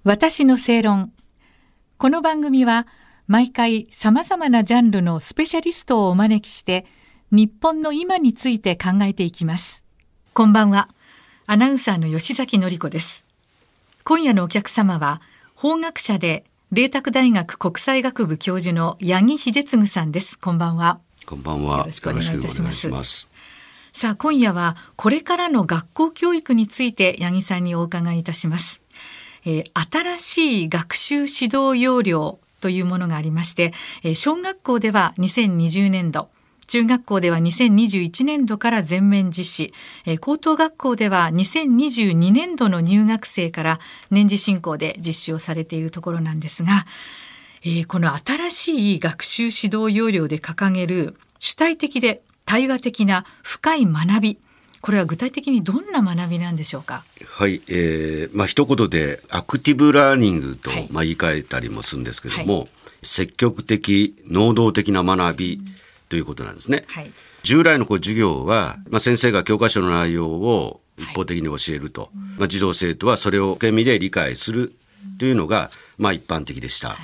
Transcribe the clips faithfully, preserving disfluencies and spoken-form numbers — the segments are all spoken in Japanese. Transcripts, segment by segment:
私の正論。この番組は毎回さまざまなジャンルのスペシャリストをお招きして日本の今について考えていきます。こんばんは。アナウンサーの吉崎紀子です。今夜のお客様は法学者で麗澤大学国際学部教授の八木秀次さんです。こんばんは。 こんばんは。 よろしくお願いいたします。 ますさあ、今夜はこれからの学校教育について八木さんにお伺いいたします。えー、新しい学習指導要領というものがありまして、えー、小学校ではにせんにじゅうねんど、中学校ではにせんにじゅういちねんどから全面実施、えー、高等学校ではにせんにじゅうにねんどの入学生から年次進行で実施をされているところなんですが、えー、この新しい学習指導要領で掲げる主体的で対話的な深い学び、これは具体的にどんな学びなんでしょうか。 はい、えーまあ、一言でアクティブラーニングと、はい、まあ、言い換えたりもするんですけども、はい、積極的能動的な学びということなんですね、はい、従来のこう授業は、まあ、先生が教科書の内容を一方的に教えると、はい、まあ、児童生徒はそれを受け身で理解するというのが、まあ、一般的でした、はい、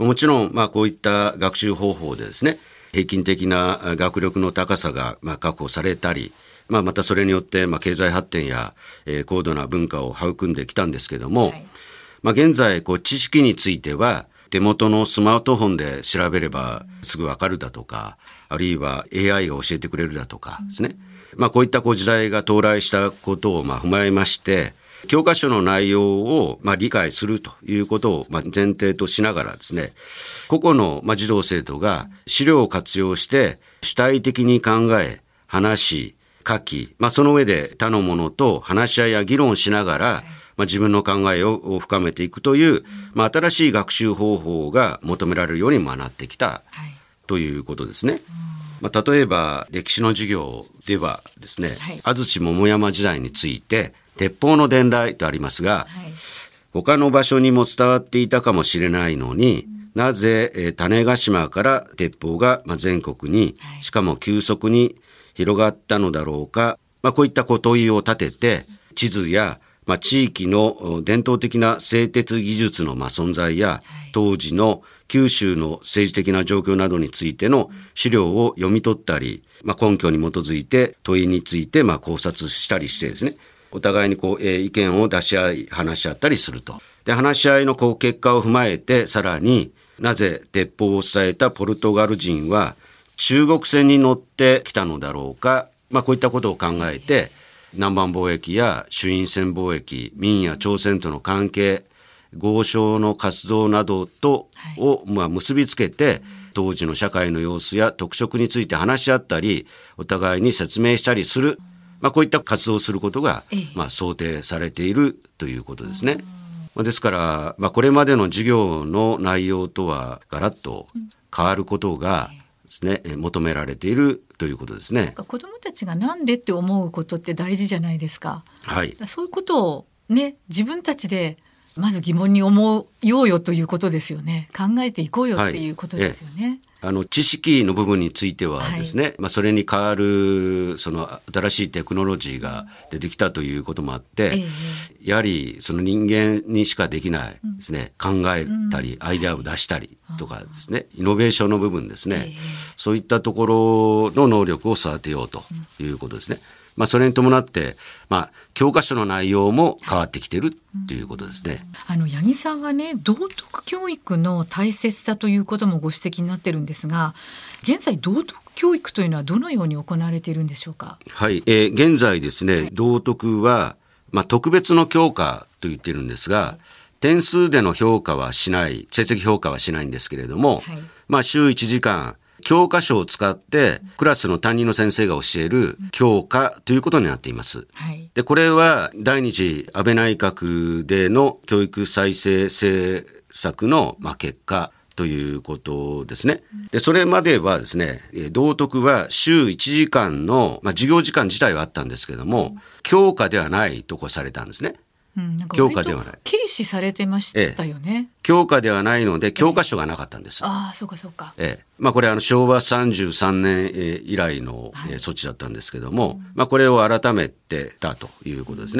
もちろん、まあ、こういった学習方法でですね、平均的な学力の高さがまあ確保されたり、まあ、またそれによってまあ経済発展や、えー、高度な文化を育んできたんですけども、はい、まあ、現在こう知識については手元のスマートフォンで調べればすぐわかるだとか、あるいは エーアイ が教えてくれるだとかですね、まあ、こういったこう時代が到来したことをまあ踏まえまして、教科書の内容をまあ理解するということをまあ前提としながらですね、個々のまあ児童生徒が資料を活用して主体的に考え、話し、書き、まあ、その上で他の者と話し合いや議論しながら、まあ、自分の考えを深めていくという、まあ、新しい学習方法が求められるようになってきたということですね。まあ、例えば歴史の授業ではですね、はい、安土桃山時代について鉄砲の伝来とありますが、はい、他の場所にも伝わっていたかもしれないのに、うん、なぜ、えー、種子島から鉄砲が、まあ、全国に、はい、しかも急速に広がったのだろうか、まあ、こういった問いを立てて、地図や、まあ、地域の伝統的な製鉄技術のまあ存在や、はい、当時の九州の政治的な状況などについての資料を読み取ったり、まあ、根拠に基づいて問いについてまあ考察したりしてですね、お互いにこう、えー、意見を出し合い話し合ったりすると。で、話し合いのこう結果を踏まえて、さらになぜ鉄砲を伝えたポルトガル人は中国船に乗ってきたのだろうか、まあ、こういったことを考えて、南蛮貿易や朱印船貿易、明や朝鮮との関係、豪商の活動などとをまあ結びつけて、当時の社会の様子や特色について話し合ったり、お互いに説明したりする、まあ、こういった活動をすることがまあ想定されているということですね。ですから、まあ、これまでの授業の内容とはガラッと変わることがですね、求められているということですね。 なんか子どもたちがなんでって思うことって大事じゃないですか。 はい、 そういうことをね、自分たちでまず疑問に思うようよということですよね。考えていこうよっていうことですよね。はい、 あの知識の部分についてはですね、はい、まあ、それに代わるその新しいテクノロジーが出てきたということもあって、ええ、やはりその人間にしかできないですね、うん、考えたり、うん、アイデアを出したりとかですね、イノベーションの部分ですね、ええ、そういったところの能力を育てようということですね。まあ、それに伴って、まあ、教科書の内容も変わってきているということですね。 あの八木さんはね、道徳教育の大切さということもご指摘になってるんですが、現在道徳教育というのはどのように行われているんでしょうか。 はい、えー、現在ですね、はい、道徳は、まあ、特別の教科と言っているんですが、はい、点数での評価はしない、成績評価はしないんですけれども、はい、まあ、週いちじかん教科書を使ってクラスの担任の先生が教える教科ということになっています。はい、で、これは第二次安倍内閣での教育再生政策のまあ結果ということですね。で、それまではですね、道徳は週いちじかんの、まあ、授業時間自体はあったんですけども、教科ではないとこされたんですね。 うん、なんか割と軽視されてましたよね。 ええ、教科ではないので教科書がなかったんです。 ええ、ああ、そうかそうか。 ええ、まあ、これあのしょうわさんじゅうさんねん以来の、はい、措置だったんですけども、うん、まあ、これを改めてたということですね。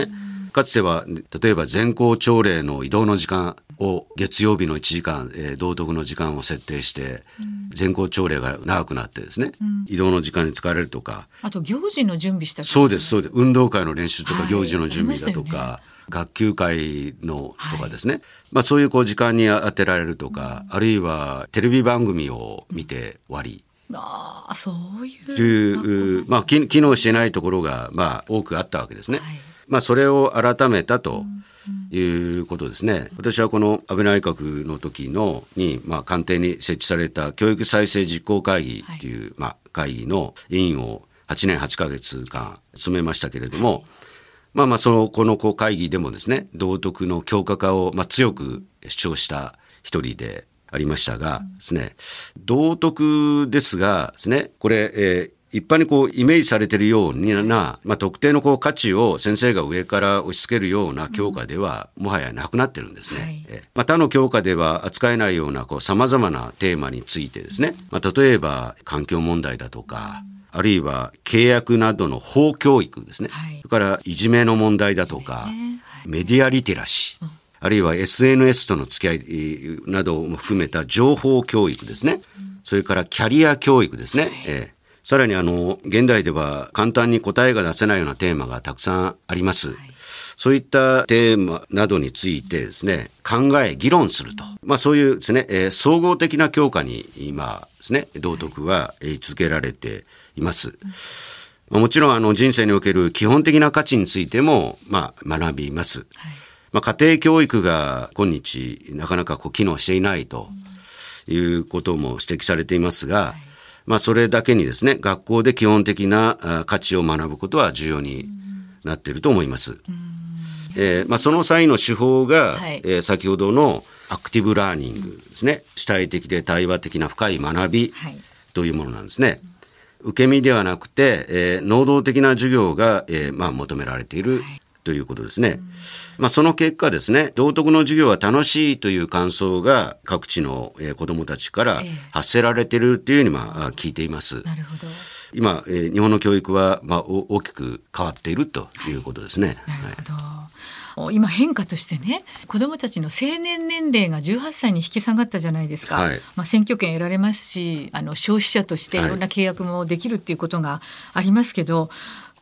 かつては例えば全校朝礼の移動の時間を月曜日のいちじかん、えー、道徳の時間を設定して、うん、全校朝礼が長くなってですね、うん、移動の時間に使われるとか、 あと行事の準備したり、 そうですそうです、運動会の練習とか行事の準備だとか、はい、学級会のとかですね、はい、まあ、そういうこう時間に当てられるとか、うん、あるいはテレビ番組を見て終わり、 うん、ああ、そういういう、まあ、機能してないところが、まあ、多くあったわけですね、はい、まあ、それを改めたということですね。私はこの安倍内閣の時のに、まあ、官邸に設置された教育再生実行会議という、はい、まあ、会議の委員をはちねんはちかげつかん務めましたけれども、はい、まあまあそのこの会議でもですね、道徳の強化化をまあ強く主張した一人でありましたがですね、道徳ですがですね、これ、えー一般にこうイメージされているような、まあ、特定のこう価値を先生が上から押し付けるような教科ではもはやなくなってるんですね、はい、えまあ、他の教科では扱えないようなさまざまなテーマについてですね、まあ、例えば環境問題だとか、あるいは契約などの法教育ですね、はい、それからいじめの問題だとか、はい、メディアリテラシー、うん、あるいは エスエヌエス との付き合いなども含めた情報教育ですね、うん、それからキャリア教育ですね、はい、えーさらにあの現代では簡単に答えが出せないようなテーマがたくさんあります、はい、そういったテーマなどについてですね、考え議論すると、まあ、そういうですね、えー、総合的な教科に今ですね、道徳は位置づけられています、まあ、もちろんあの人生における基本的な価値についてもまあ学びます、はい、まあ、家庭教育が今日なかなかこう機能していないということも指摘されていますが、はい、まあ、それだけにですね、学校で基本的な価値を学ぶことは重要になっていると思います。えーまあ、その際の手法が、はい、えー、先ほどのアクティブラーニングですね、主体的で対話的な深い学びというものなんですね。受け身ではなくて、えー、能動的な授業が、えーまあ、求められているということですね。まあ、その結果ですね、道徳の授業は楽しいという感想が各地の、えー、子どもたちから発せられているというふうに、まあ、聞いています。 なるほど。 今、えー、日本の教育は、まあ、大きく変わっているということですね。 はい、なるほど。はい、今変化としてね、子どもたちの成年年齢がじゅうはっさいに引き下がったじゃないですか、はい、まあ、選挙権得られますし、あの消費者としていろんな契約もできるっていうことがありますけど、はい、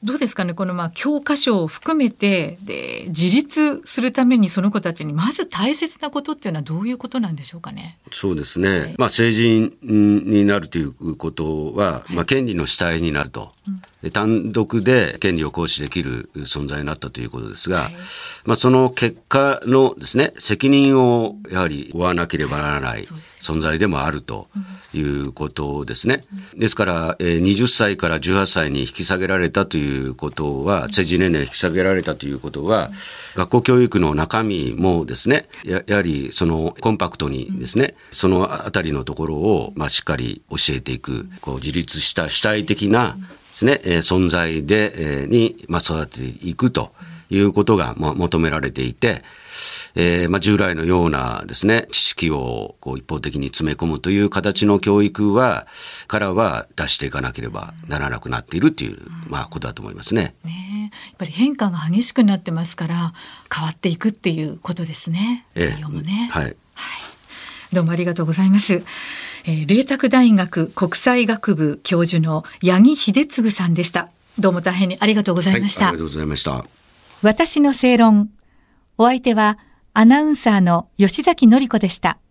どうですかね、このまあ教科書を含めてで自立するためにその子たちにまず大切なことっていうのはどういうことなんでしょうかね。 そうですね、はい、まあ、成人になるということは、はい、まあ、権利の主体になると、うん、で単独で権利を行使できる存在になったということですが、はい、まあ、その結果のですね、責任をやはり負わなければならない存在でもあるということですね。ですから、えー、はたちからじゅうはっさいに引き下げられたということは、成人年齢引き下げられたということは、学校教育の中身もですね、や, やはりそのコンパクトにですね、そのあたりのところを、まあ、しっかり教えていく、こう自立した主体的なですね、えー、存在で、えー、に、まあ、育てていくということが、まあ、求められていて、えーまあ、従来のようなですね、知識をこう一方的に詰め込むという形の教育はからは出していかなければならなくなっているという、まあ、ことだと思いますね。 ね、やっぱり変化が激しくなってますから変わっていくっていうことですね。 え内容もね、 はいはい、 どうもありがとうございます。えー、麗澤大学国際学部教授の八木秀次さんでした。どうも大変にありがとうございました。 はい、ありがとうございました。 私の正論。お相手はアナウンサーの吉崎典子でした。